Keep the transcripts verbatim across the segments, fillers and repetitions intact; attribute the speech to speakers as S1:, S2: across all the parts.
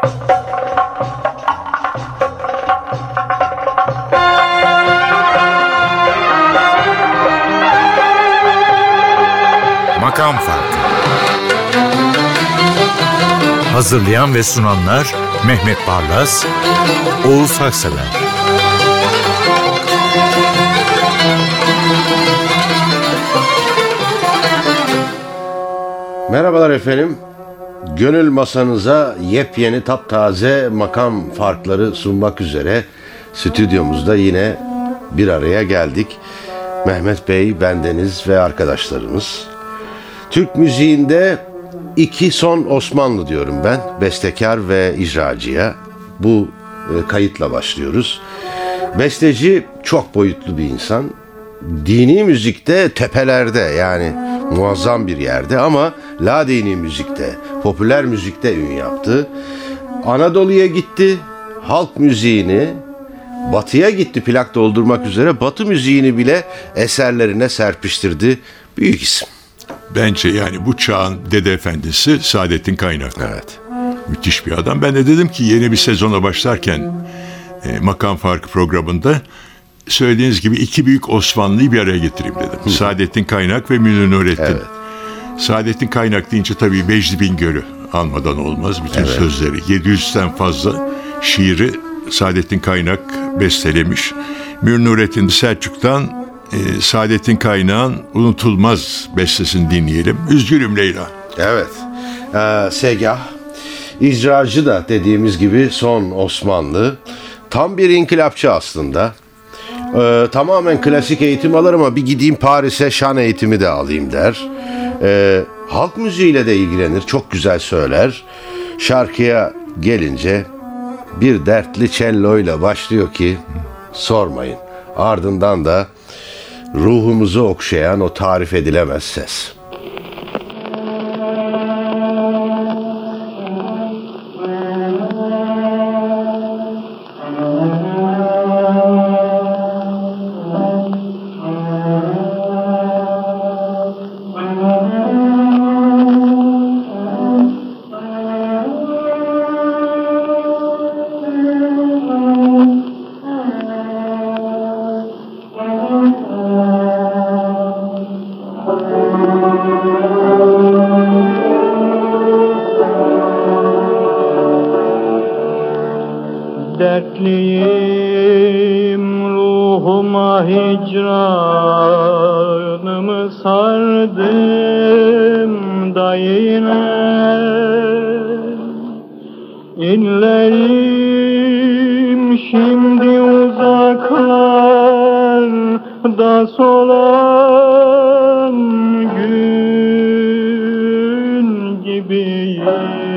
S1: Makam Farkı. Hazırlayan ve sunanlar Mehmet Barlas, Oğuz Haksever.
S2: Merhabalar efendim. Gönül masanıza yepyeni taptaze makam farkları sunmak üzere stüdyomuzda yine bir araya geldik. Mehmet Bey, bendeniz ve arkadaşlarımız. Türk müziğinde iki son Osmanlı diyorum ben. Bestekar ve icracıya. Bu e, kayıtla başlıyoruz. Besteci çok boyutlu bir insan. Dini müzikte tepelerde, yani muazzam bir yerde, ama la dini müzikte, popüler müzikte ün yaptı. Anadolu'ya gitti, halk müziğini, batıya gitti plak doldurmak üzere, batı müziğini bile eserlerine serpiştirdi. Büyük isim.
S3: Bence yani bu çağın dede efendisi Saadettin Kaynak.
S2: Evet.
S3: Müthiş bir adam. Ben de dedim ki yeni bir sezona başlarken e, Makam Farkı programında söylediğiniz gibi iki büyük Osmanlı'yı bir araya getireyim dedim. Hı. Saadettin Kaynak ve Münir Nurettin. Evet. Saadettin Kaynak deyince tabii Vecdi Bingöl'ü almadan olmaz. Bütün evet. sözleri, yedi yüzden fazla şiiri Saadettin Kaynak bestelemiş. Münir Nurettin Selçuk'tan e, Saadettin Kaynak'ın unutulmaz bestesini dinleyelim. Üzgünüm Leyla.
S2: Evet. Ee, Segah, icracı da dediğimiz gibi son Osmanlı. Tam bir inkılapçı aslında. Ee, tamamen klasik eğitim alır ama bir gideyim Paris'e şan eğitimi de alayım der. Ee, halk müziğiyle de ilgilenir, çok güzel söyler. Şarkıya gelince bir dertli cello'yla başlıyor ki sormayın. Ardından da ruhumuzu okşayan o tarif edilemez ses.
S4: Dertliyim, ruhuma hicranımı sardım da yine İnlerim şimdi uzaklarda solan gün gibiyim.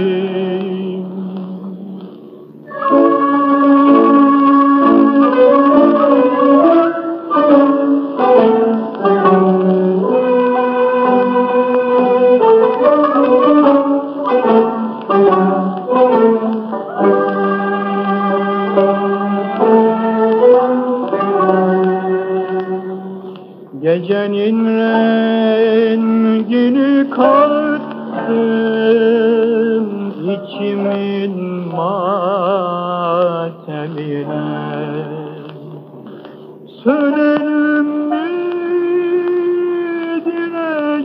S4: Gecenin rengini kattım içimin matemine. Sönelim mi dile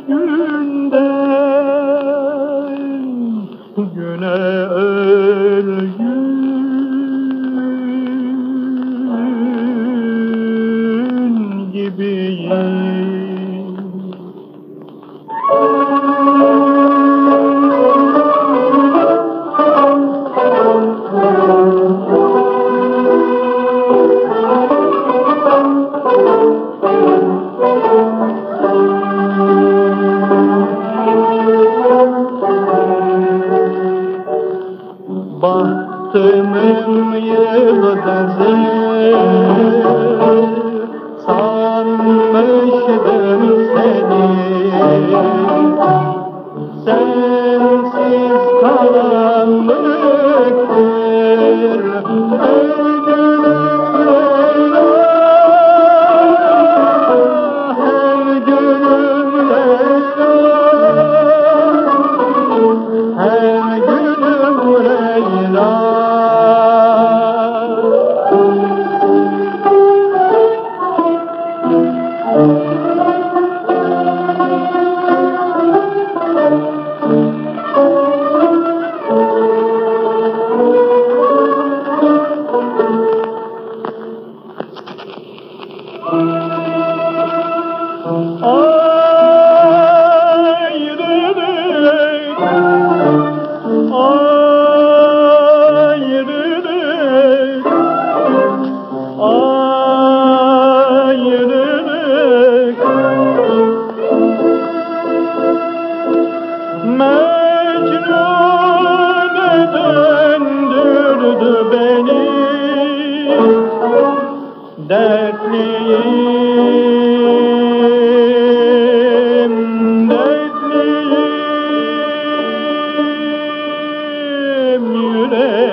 S4: günden, güne ölgün gibiyim. Bahtımın yıldızı sanmıştım seni, sensiz karanlıktır her günüm Leyla, her günüm Leyla, her günüm Leyla.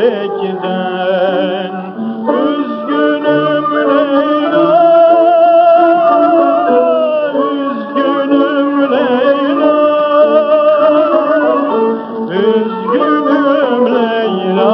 S4: çiçekten. Üzgünüm Leyla, üzgünüm Leyla, üzgünüm Leyla.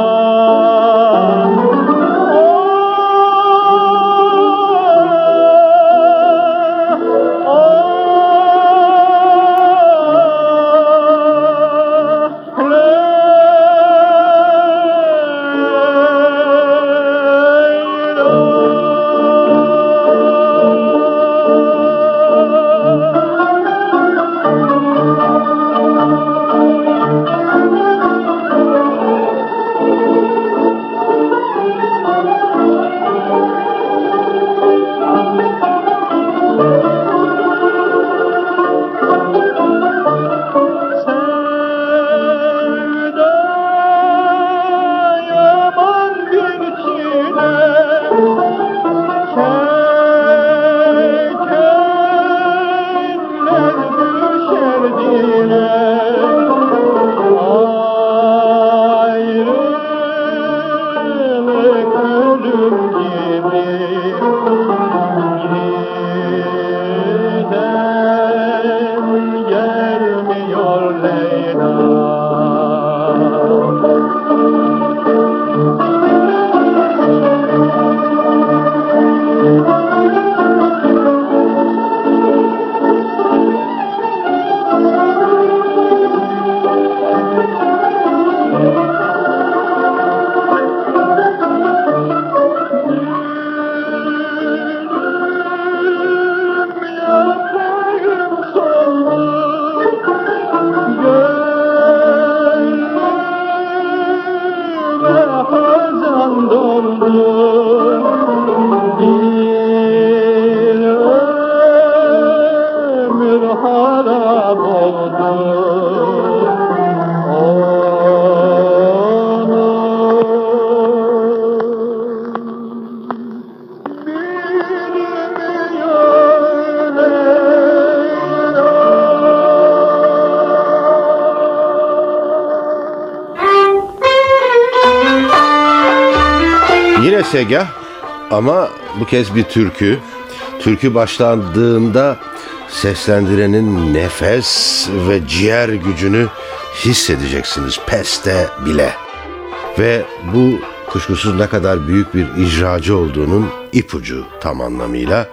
S2: Yine Segah ama bu kez bir türkü. Türkü başlandığında seslendirenin nefes ve ciğer gücünü hissedeceksiniz peste bile. Ve bu kuşkusuz ne kadar büyük bir icracı olduğunun ipucu tam anlamıyla.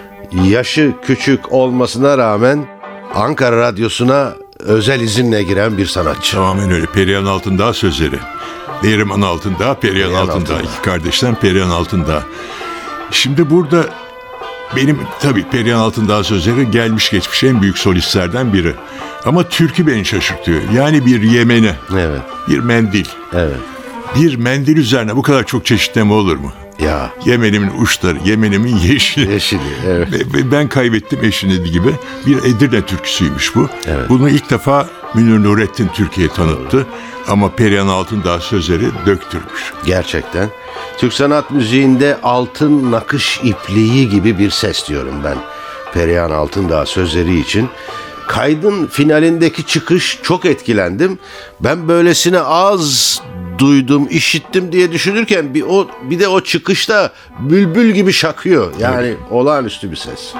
S2: Yaşı küçük olmasına rağmen Ankara Radyosu'na özel izinle giren bir sanatçı.
S3: Tamamen öyle. Perihan Altındağ sözleri. Neriman Altındağ, Perihan
S2: Perihan
S3: Altındağ.
S2: Altındağ.
S3: İki kardeşten Perihan Altındağ. Şimdi burada benim tabii Perihan Altındağ sözleri gelmiş geçmiş en büyük solistlerden biri. Ama türkü beni şaşırtıyor. Yani bir Yemene,
S2: Evet,
S3: bir mendil.
S2: evet.
S3: Bir mendil üzerine bu kadar çok çeşitleme olur mu?
S2: Ya,
S3: Yemenimin uçları, Yemenimin yeşili.
S2: yeşili, evet.
S3: Ve- ve Ben kaybettim eşini gibi bir Edirne türküsüymüş bu.
S2: Evet.
S3: Bunu ilk defa Münir Nurettin Türkiye'ye tanıttı. Ama Perihan Altındağ sözleri döktürmüş.
S2: Gerçekten. Türk sanat müziğinde altın nakış ipliği gibi bir ses diyorum ben. Perihan Altındağ sözleri için. Kaydın finalindeki çıkış çok etkilendim. Ben böylesine az duydum, işittim diye düşünürken bir o bir de o çıkışta bülbül gibi şakıyor. Yani olağanüstü bir ses.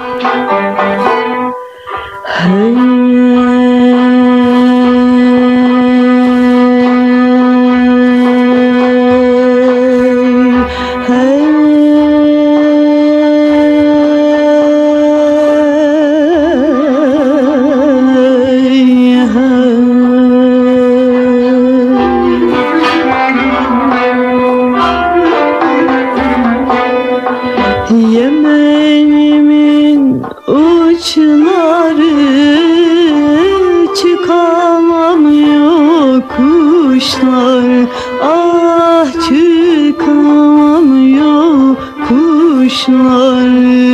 S5: Yemenimin uçları çıkamıyor kuşlar, ah çıkamıyor kuşlar.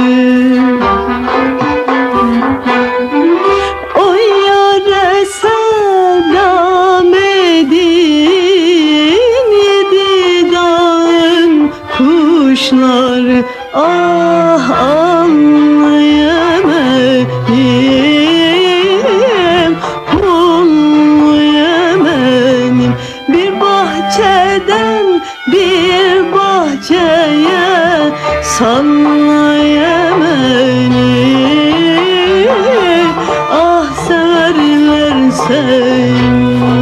S5: O yâre selam edin yedi dağın kuşlar, ah anlayamadım kul yemenim. Bir bahçeden bir bahçeye sallaya beni. Ah severler seni.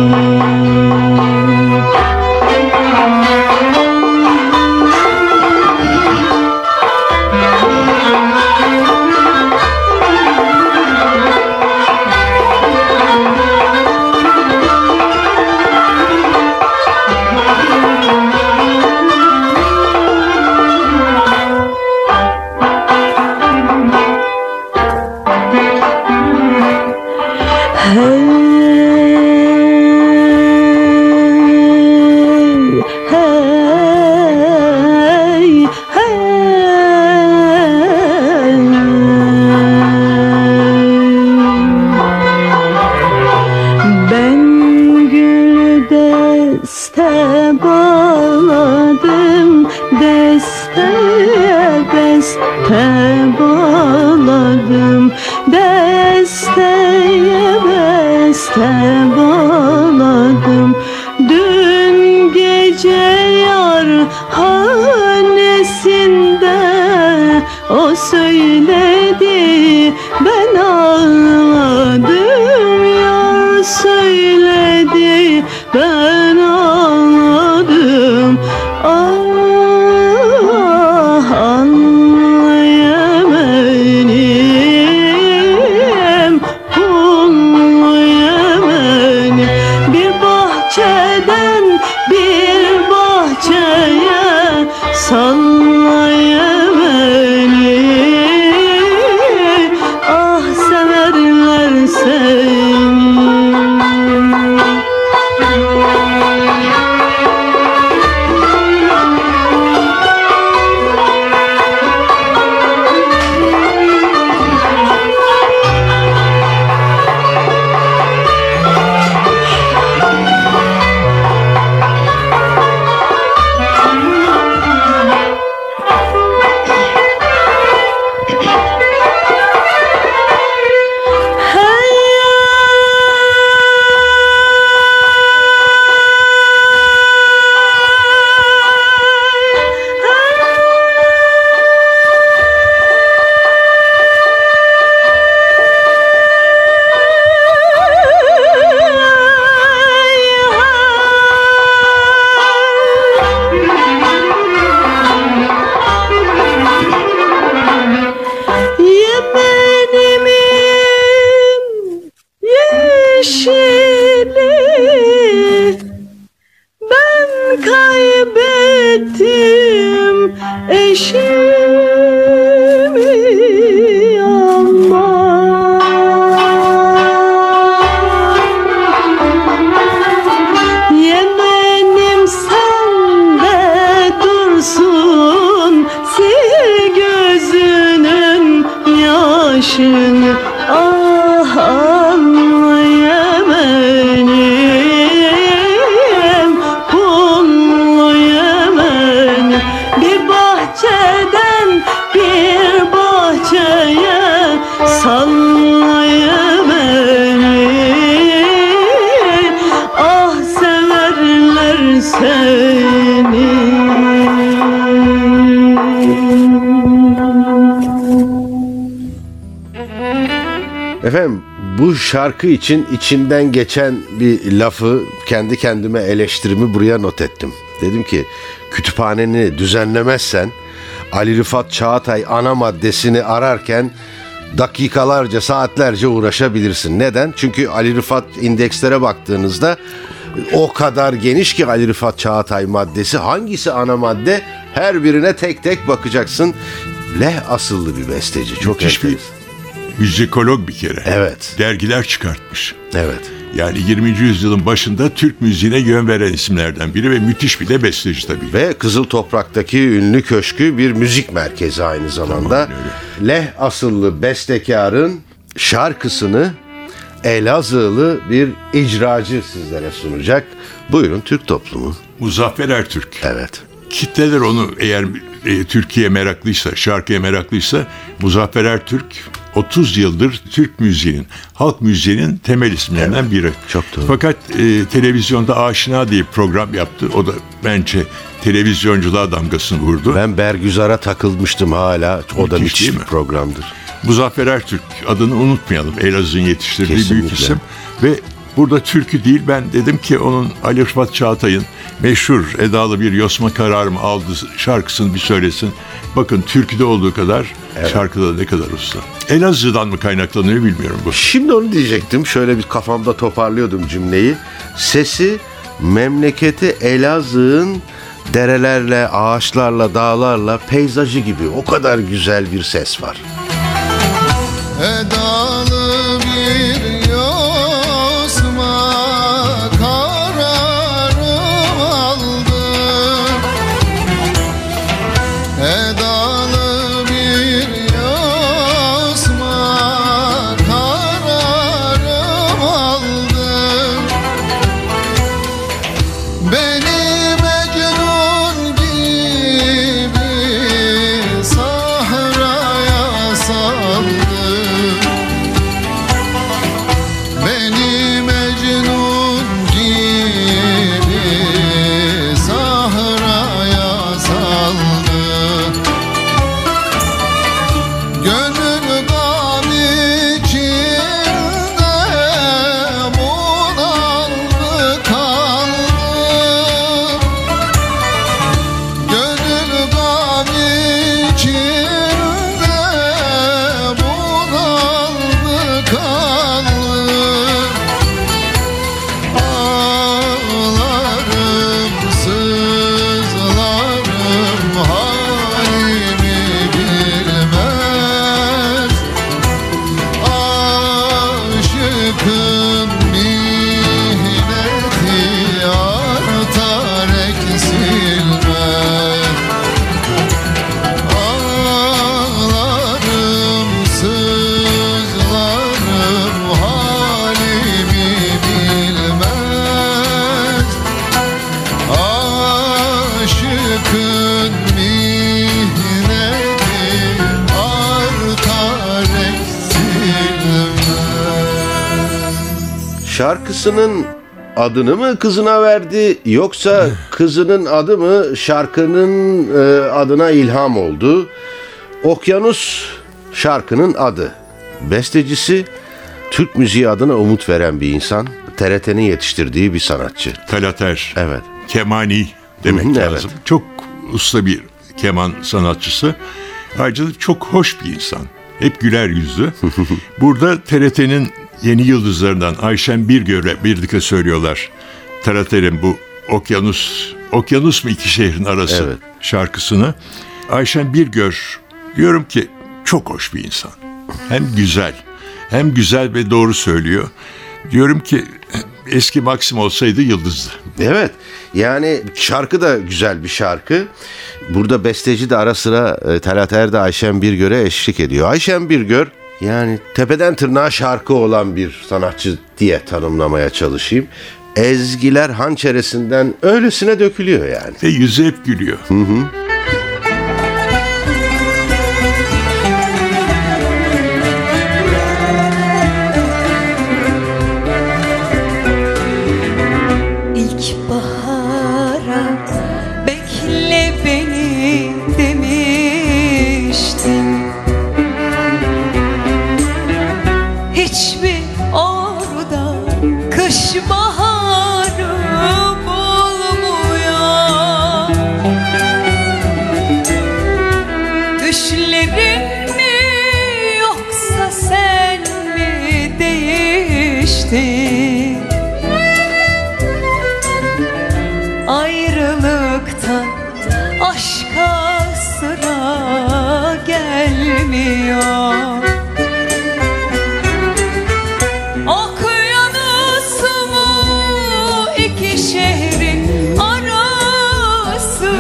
S2: Efendim, bu şarkı için içimden geçen bir lafı, kendi kendime eleştirimi buraya not ettim. Dedim ki kütüphaneni düzenlemezsen Ali Rıfat Çağatay ana maddesini ararken dakikalarca, saatlerce uğraşabilirsin. Neden? Çünkü Ali Rıfat indekslere baktığınızda o kadar geniş ki Ali Rıfat Çağatay maddesi. Hangisi ana madde? Her birine tek tek bakacaksın. Leh asıllı bir besteci. Çok
S3: müthiş bir müzikolog bir kere.
S2: Evet.
S3: Dergiler çıkartmış.
S2: Evet.
S3: Yani yirminci yüzyılın başında Türk müziğine yön veren isimlerden biri ve müthiş bir de besteci tabii.
S2: Ve Kızıl Toprak'taki ünlü köşkü bir müzik merkezi aynı zamanda. Tamam, Leh asıllı bestekarın şarkısını Elazığlı bir icracı sizlere sunacak. Buyurun, Türk toplumu.
S3: Muzaffer Ertürk.
S2: Evet.
S3: Kitleler onu eğer e, Türkiye meraklıysa, şarkıya meraklıysa Muzaffer Ertürk otuz yıldır Türk müziğinin, halk müziğinin temel isimlerinden biri.
S2: Çok doğru.
S3: Fakat e, televizyonda Aşina diye bir program yaptı. O da bence televizyonculuğa damgasını vurdu.
S2: Ben Bergüzar'a takılmıştım hala. O da
S3: Müthiş
S2: müthiş
S3: değil
S2: bir
S3: mi?
S2: programdır.
S3: Muzaffer Ertürk, adını unutmayalım. Elazığ'ın yetiştirdiği
S2: Kesinlikle.
S3: büyük isim. Ve burada türkü değil, ben dedim ki onun Ali Rıfat Çağatay'ın meşhur edalı bir Yosma Kararımı aldı şarkısını bir söylesin. Bakın türküde olduğu kadar şarkıda ne kadar usta. Elazığ'dan mı kaynaklanıyor bilmiyorum bu.
S2: Şimdi onu diyecektim. Şöyle bir kafamda toparlıyordum cümleyi. Sesi memleketi Elazığ'ın derelerle, ağaçlarla, dağlarla, peyzajı gibi o kadar güzel bir ses var.
S6: Edalı bir yosma kararım aldım. Edalı bir yosma kararım aldım. Beni Mecnun gibi sahraya saldı. Beni Mecnun gibi sahraya saldı. Gönül gam içinde bunaldı kaldı. Gönül gam içinde bunaldı kaldı. Ağlarım, sızlarım, halimi bilmez. Aşıkın mihneti artar eksilmez. Ağlarım, sızlarım, halimi bilmez. Aşıkın mihneti artar eksilmez.
S2: Şarkısının adını mı kızına verdi yoksa kızının adı mı şarkının e, adına ilham oldu? Okyanus şarkının adı. Bestecisi Türk müziği adına umut veren bir insan. T R T'nin yetiştirdiği bir sanatçı.
S3: Talat Er,
S2: Evet.
S3: kemani demek
S2: Hı hı,
S3: lazım. Çok usta bir keman sanatçısı. Ayrıca da çok hoş bir insan. Hep güler yüzlü. Burada T R T'nin yeni yıldızlarından Ayşen Birgör'le birlikte söylüyorlar. Talat Er'in bu Okyanus, Okyanus mu iki şehrin arası
S2: Evet.
S3: şarkısını. Ayşen Birgör, diyorum ki çok hoş bir insan. Hem güzel, hem güzel ve doğru söylüyor. Diyorum ki eski Maxim olsaydı yıldızdı.
S2: Evet. Yani şarkı da güzel bir şarkı. Burada besteci de ara sıra e, Talat Er de Ayşen Birgör'e eşlik ediyor. Ayşen Birgör yani tepeden tırnağa şarkı olan bir sanatçı diye tanımlamaya çalışayım. Ezgiler hançeresinden öylesine dökülüyor yani.
S3: Ve yüzü hep gülüyor.
S5: İlk bahara bekle beni demiştin. Hiç mi orada kış baharı bulmuyor? Düşlerin mi yoksa sen mi değiştin? Ayrılıktan aşka sıra gelmiyor. Okyanus mu iki şehrin arası?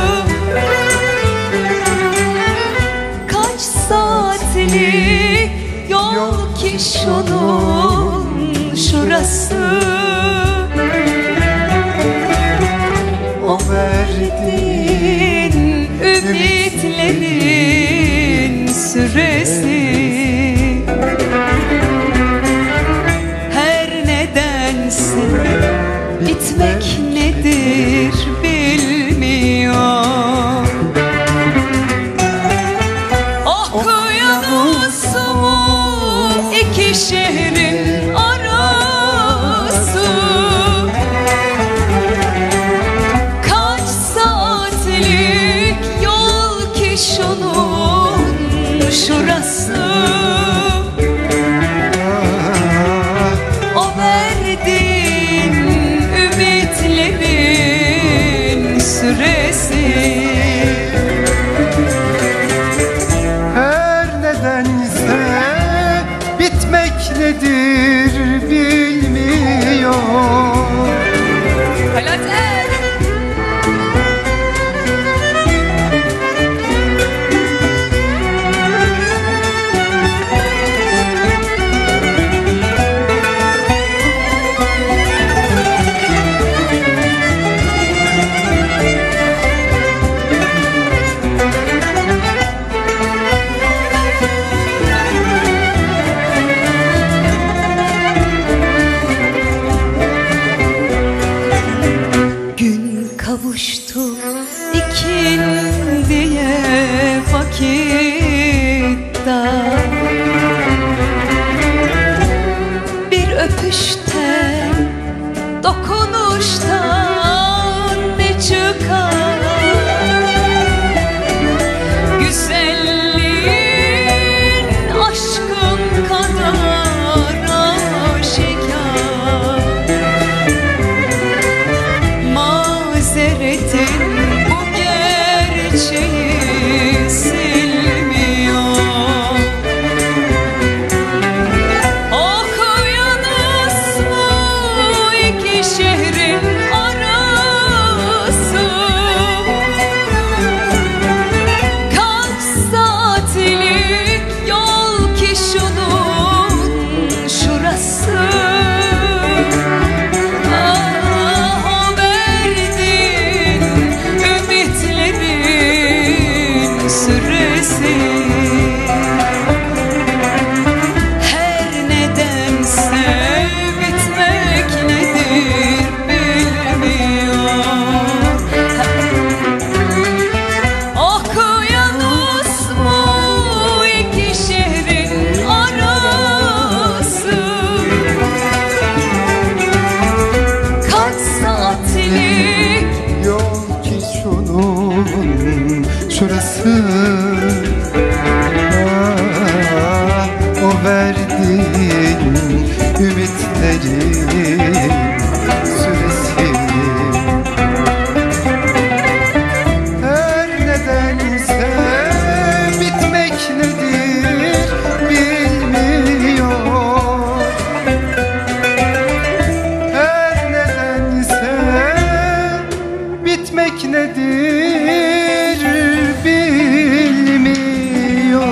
S5: Kaç saatlik yol ki şunun şurası? O verdiğin ümitlerin süresi Bitmek nedir bilmiyor. Okyanus mu iki şehrin arası? Kaç saatlik yol ki şunun şurası? O verdiğin ümitlerin süresi.
S7: Her nedense bitmek nedir bilmiyor.
S5: Halat er. Gün kavuştu ikindiye vakit dar. Bir öpüşten, dokunuştan ne çıkar? Güzelliğin aşkın kadar aşikar. Mazeretin bu gerçeği silmiyor. Okyanus mu iki şehrin arası? Kaç saatlik yol ki şunun şurası? Ah, o verdiğin ümitlerin süresi. Her nedense bitmek nedir bilmiyor. Okyanus mu iki şehrin arası? Kaç saatlik
S7: Yol ki şunun şurası. Ah, o verdiğin ümitlerin süresi. Her nedense bitmek nedir bilmiyor. Her nedense bitmek nedir bilmiyor.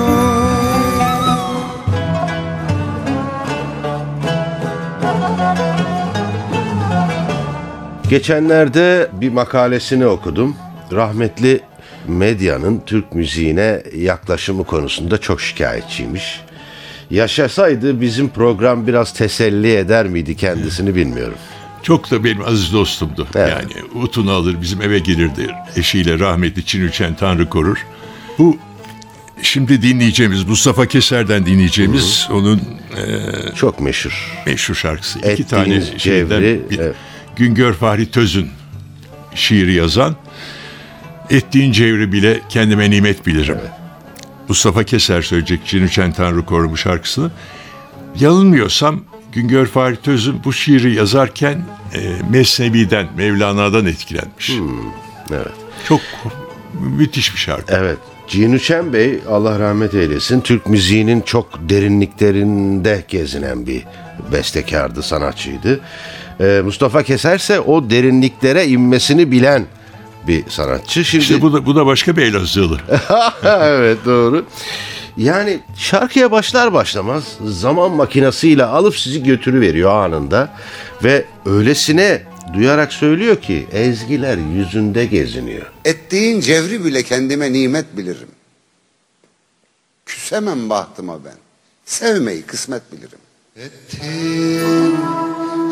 S2: Geçenlerde bir makalesini okudum. Rahmetli medyanın Türk müziğine yaklaşımı konusunda çok şikayetçiymiş. Yaşasaydı bizim program biraz teselli eder miydi kendisini bilmiyorum.
S3: Çok da benim aziz dostumdu.
S2: Evet.
S3: Yani utunu alır bizim eve gelirdi. Eşiyle rahmetli Çinüçen Tanrı korur. Bu şimdi dinleyeceğimiz Mustafa Keser'den dinleyeceğimiz hı hı. onun e,
S2: çok meşhur.
S3: Meşhur şarkısı.
S2: Ettiğiniz
S3: İki tane şeyden
S2: cevri,
S3: bir,
S2: evet.
S3: Güngör Fahri Töz'ün şiiri yazan Ettiğin cevri bile kendime nimet bilirim. Evet. Mustafa Keser söyleyecek Çinüçen Tanrı korur bu şarkısını. Yanılmıyorsam Güngör Fahri Töz'ün bu şiiri yazarken e, Mesnevi'den, Mevlana'dan etkilenmiş.
S2: Hmm, evet.
S3: Çok müthiş bir şarkı.
S2: Evet. Çinüçen Bey Allah rahmet eylesin Türk müziğinin çok derinliklerinde gezinen bir bestekardı, sanatçıydı. Ee, Mustafa Keser ise o derinliklere inmesini bilen bir sanatçı. Şimdi...
S3: İşte bu da, bu da başka bir Elazığlı.
S2: Evet, doğru. Yani şarkıya başlar başlamaz zaman makinesiyle alıp sizi götürüveriyor anında ve öylesine duyarak söylüyor ki ezgiler yüzünde geziniyor.
S8: Ettiğin cevri bile kendime nimet bilirim. Küsemem bahtıma ben. Sevmeyi kısmet bilirim.
S6: Ettiğin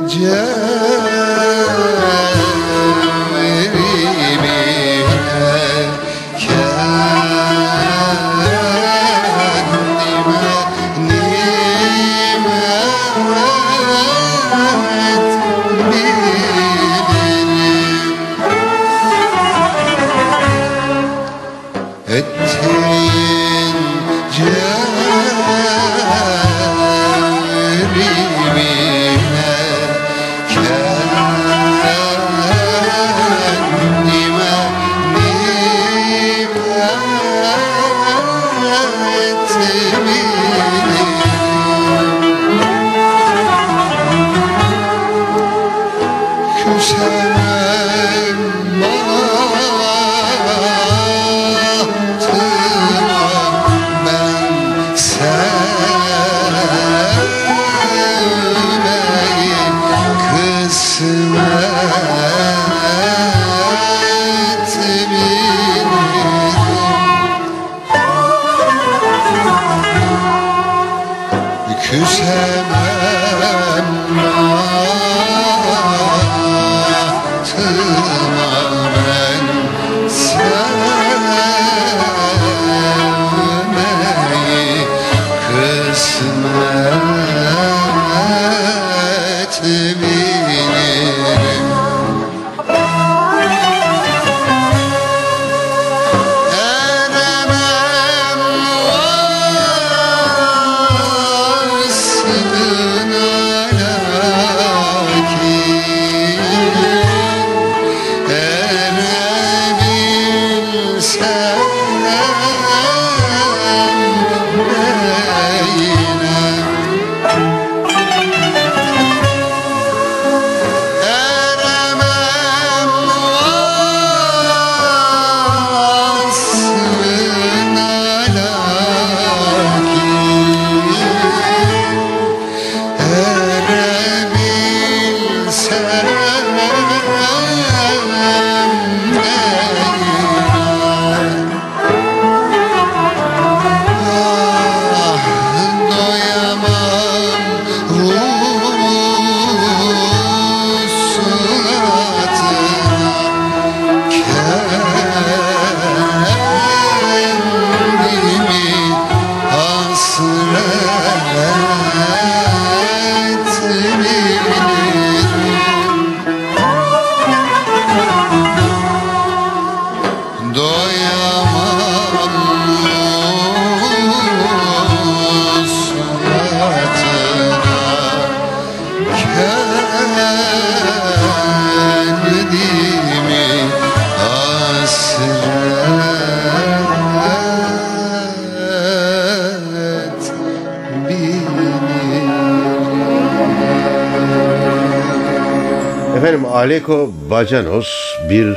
S2: Efendim Aleko Bacanos bir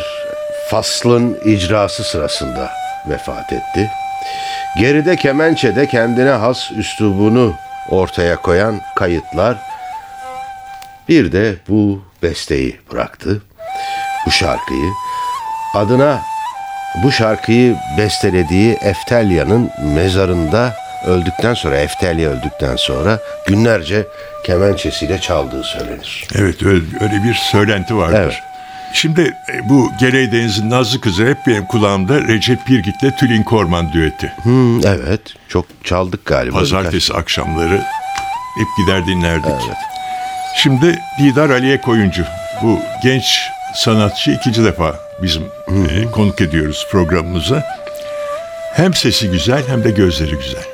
S2: faslın icrası sırasında vefat etti. Geride kemençede kendine has üslubunu ortaya koyan kayıtlar, bir de bu besteyi bıraktı. Bu şarkıyı adına bu şarkıyı bestelediği Eftelya'nın mezarında öldükten sonra, Eftelya öldükten sonra günlerce kemençesiyle çaldığı söylenir.
S3: Evet, öyle, öyle bir söylenti vardır.
S2: Evet.
S3: Şimdi bu Geley Deniz'in Nazlı Kızı hep benim kulağımda Recep Birgit'le Tülin Korman düeti.
S2: Hmm, evet, çok çaldık galiba.
S3: Pazartesi akşamları hep gider dinlerdik.
S2: Evet.
S3: Şimdi Didar Aliye Koyuncu. Bu genç sanatçı ikinci defa bizim e, konuk ediyoruz programımıza. Hem sesi güzel hem de gözleri güzel.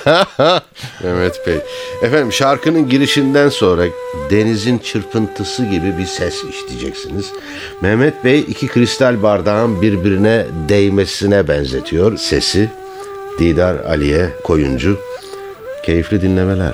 S2: Mehmet Bey. Efendim şarkının girişinden sonra denizin çırpıntısı gibi bir ses işiteceksiniz. Mehmet Bey iki kristal bardağın birbirine değmesine benzetiyor sesi. Didar Aliye Koyuncu. Keyifli dinlemeler.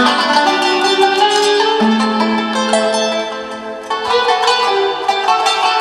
S5: Thank you.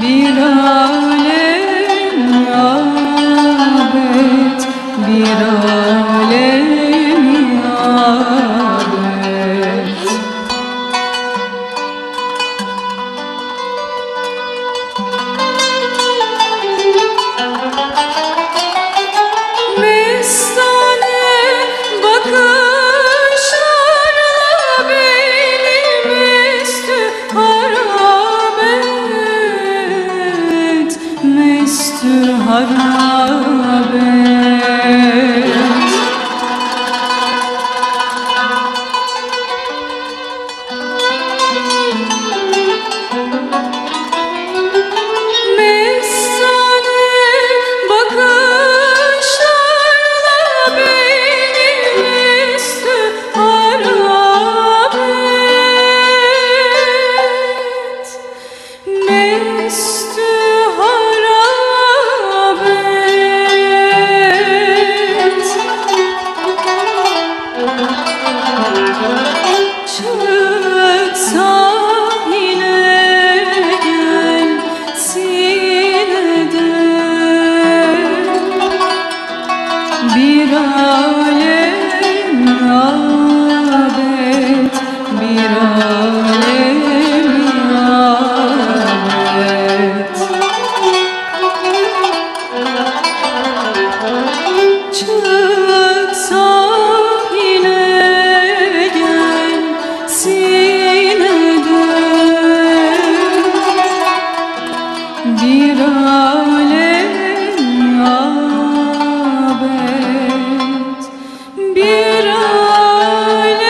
S5: bir alem yâbet, bir alem yâbet. Mestane bakışlarla beni mestü harap et, mestü harap et. Mestane bakışlarla beni mestü harap et, mestü harap et. Çık sahile gel sineden, bir alem yâbet, bir alem yâbet. Çık sahile gel sineden, bir alem yâbet, bir alem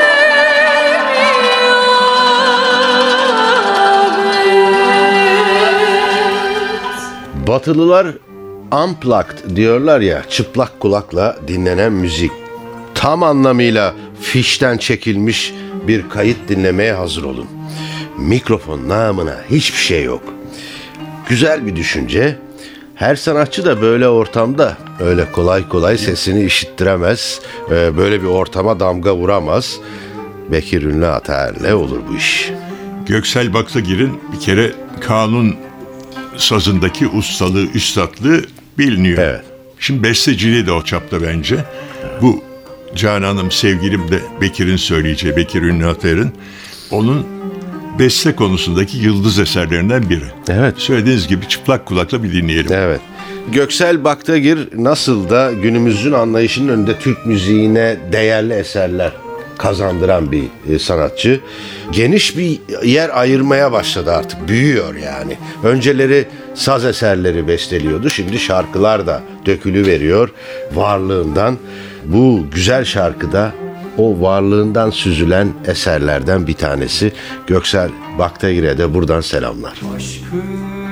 S5: yâbet.
S2: Batılılar unplugged diyorlar ya, çıplak kulakla dinlenen müzik. Tam anlamıyla fişten çekilmiş bir kayıt dinlemeye hazır olun. Mikrofon namına hiçbir şey yok. Güzel bir düşünce. Her sanatçı da böyle ortamda öyle kolay kolay sesini işittiremez. Ee, Böyle bir ortama damga vuramaz. Bekir Ünlü Ataer'le olur bu iş.
S3: Göksel Baktagir'in bir kere kanun sazındaki ustalığı, üstatlığı biliniyor.
S2: Evet.
S3: Şimdi besteciliği de o çapta bence. Bu Canan'ım, sevgilim de Bekir'in söyleyeceği, Bekir Ünlü Ataer'in onun beste konusundaki yıldız eserlerinden biri.
S2: Evet.
S3: Söylediğiniz gibi çıplak kulakla bir dinleyelim.
S2: Evet. Göksel Baktagir nasıl da günümüzün anlayışının önünde Türk müziğine değerli eserler kazandıran bir e, sanatçı. Geniş bir yer ayırmaya başladı artık. Büyüyor yani. Önceleri saz eserleri besteliyordu. Şimdi şarkılar da dökülüveriyor varlığından. Bu güzel şarkıda o varlığından süzülen eserlerden bir tanesi. Göksel Baktagir'e de buradan selamlar.
S9: Aşkım,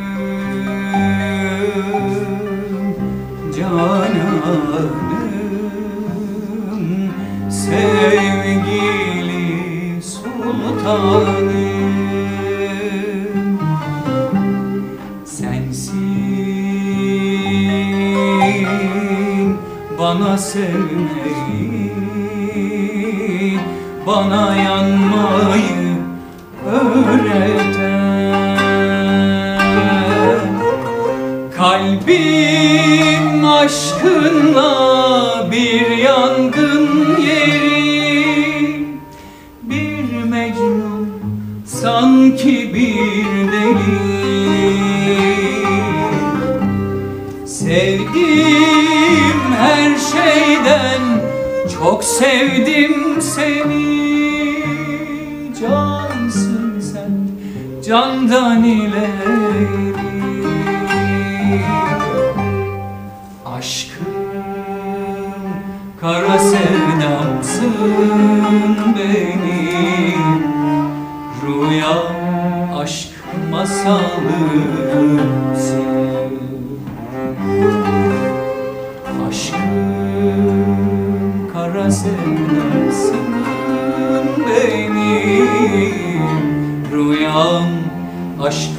S9: cananım, sevgili sultanım, sensin bana sevmeyi, bana yanmayı öğreten. Kalbim aşkınla bir yangın yeri, bir Mecnun sanki bir deli. Sevdim her şeyden çok sevdim seni. Cansın sen, candan ileri. Aşkım, kara sevdamsın benim. Rüyam aşk masalımsın. Aşkım, kara sevdamsın benim. Rüyam aşk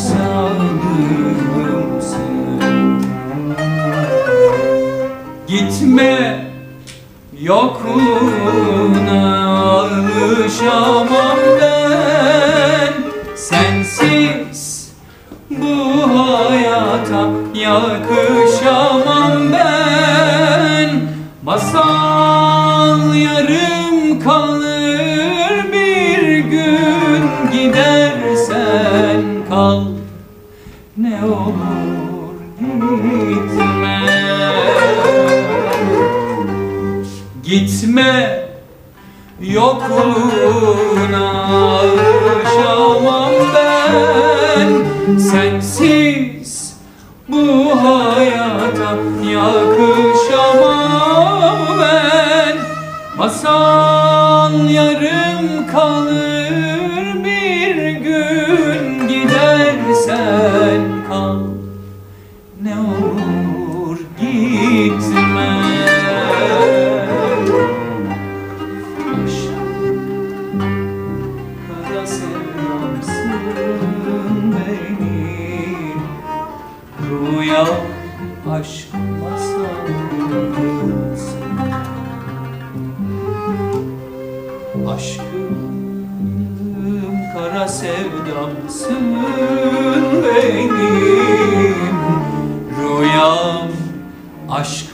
S9: masalımsın. Gitme, yokluğuna alışamam ben. Sensiz bu kuluna alışamam ben. Sensiz bu hayata yakışamam ben. Masan yarım kalır, bir gün gidersen kal. Ne olur gitme. Aşk kara sevdamsın benim. Rüya aşk masalımsın. Aşkım kara sevdamsın benim. Rüyam aşk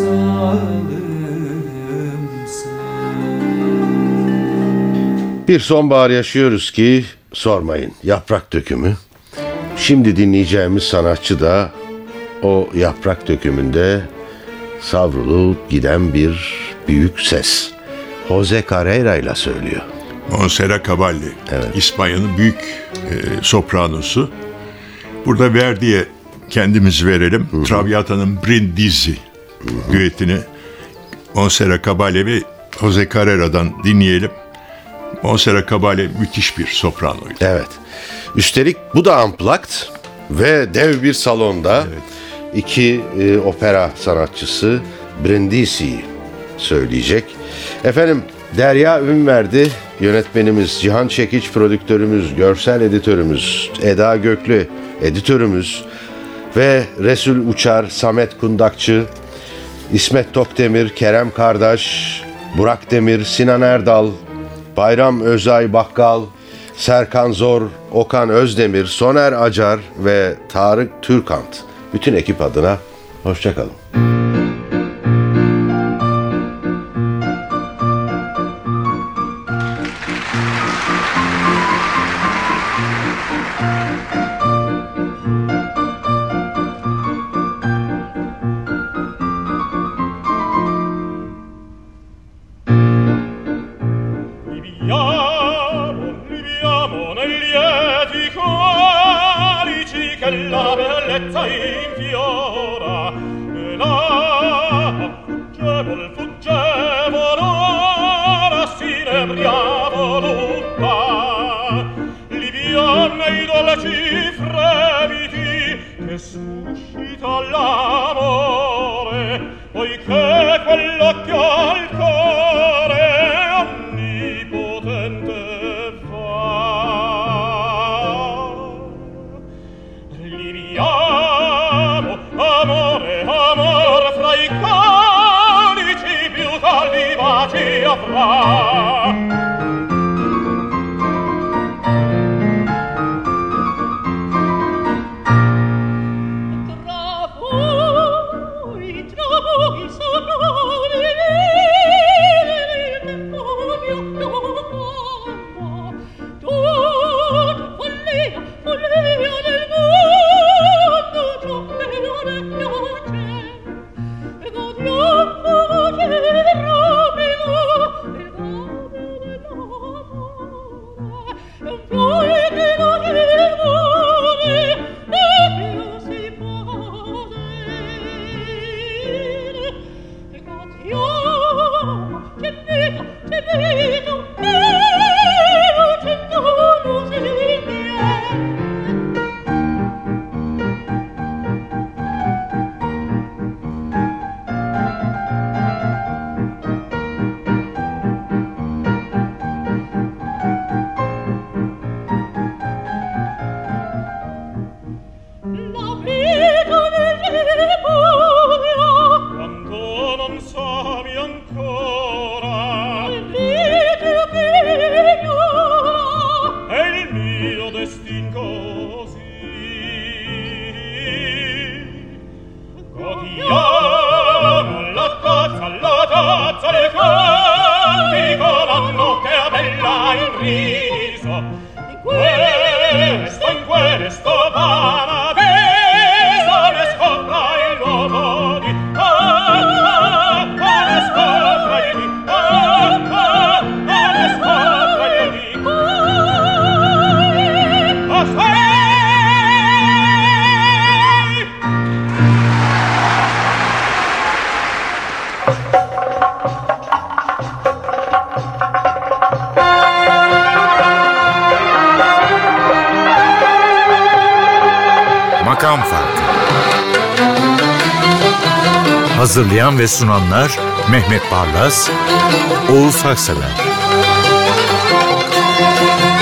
S9: masalımsın.
S2: Bir sonbahar yaşıyoruz ki sormayın, yaprak dökümü. Şimdi dinleyeceğimiz sanatçı da o yaprak dökümünde savrulup giden bir büyük ses. Jose Carrera ile söylüyor.
S3: Montserrat Caballé,
S2: Evet.
S3: İspanya'nın büyük e, sopranosu. Burada Verdi'ye kendimiz verelim. Traviata'nın Brindisi düetini Montserrat Caballé ve Jose Carrera'dan dinleyelim. Montserrat Caballé müthiş bir sopranoydu.
S2: Evet. Üstelik bu da unplugged ve dev bir salonda iki e, opera sanatçısı Brindisi'yi söyleyecek. Efendim, Derya Ünverdi yönetmenimiz, Cihan Çekiç prodüktörümüz, görsel editörümüz, Eda Göklü editörümüz ve Resul Uçar, Samet Kundakçı, İsmet Tokdemir, Kerem Kardaş, Burak Demir, Sinan Erdal, Bayram Özay Bakkal, Serkan Zor, Okan Özdemir, Soner Acar ve Tarık Türkant. Bütün ekip adına hoşça kalın.
S4: Viviamo, viviamo nei lieti corici che la bellezza infiora, e là fuggevol, fuggevol ora si nebria voluta. Liviam nei dolci fremiti che suscita l'amore, poiché quell'occhio al cuore onnipotente fa. Liviamo, amore, amore, fra i calici più caldi baci avrà.
S1: Makam Farkı. Hazırlayan ve sunanlar Mehmet Barlas, Oğuz Haksever.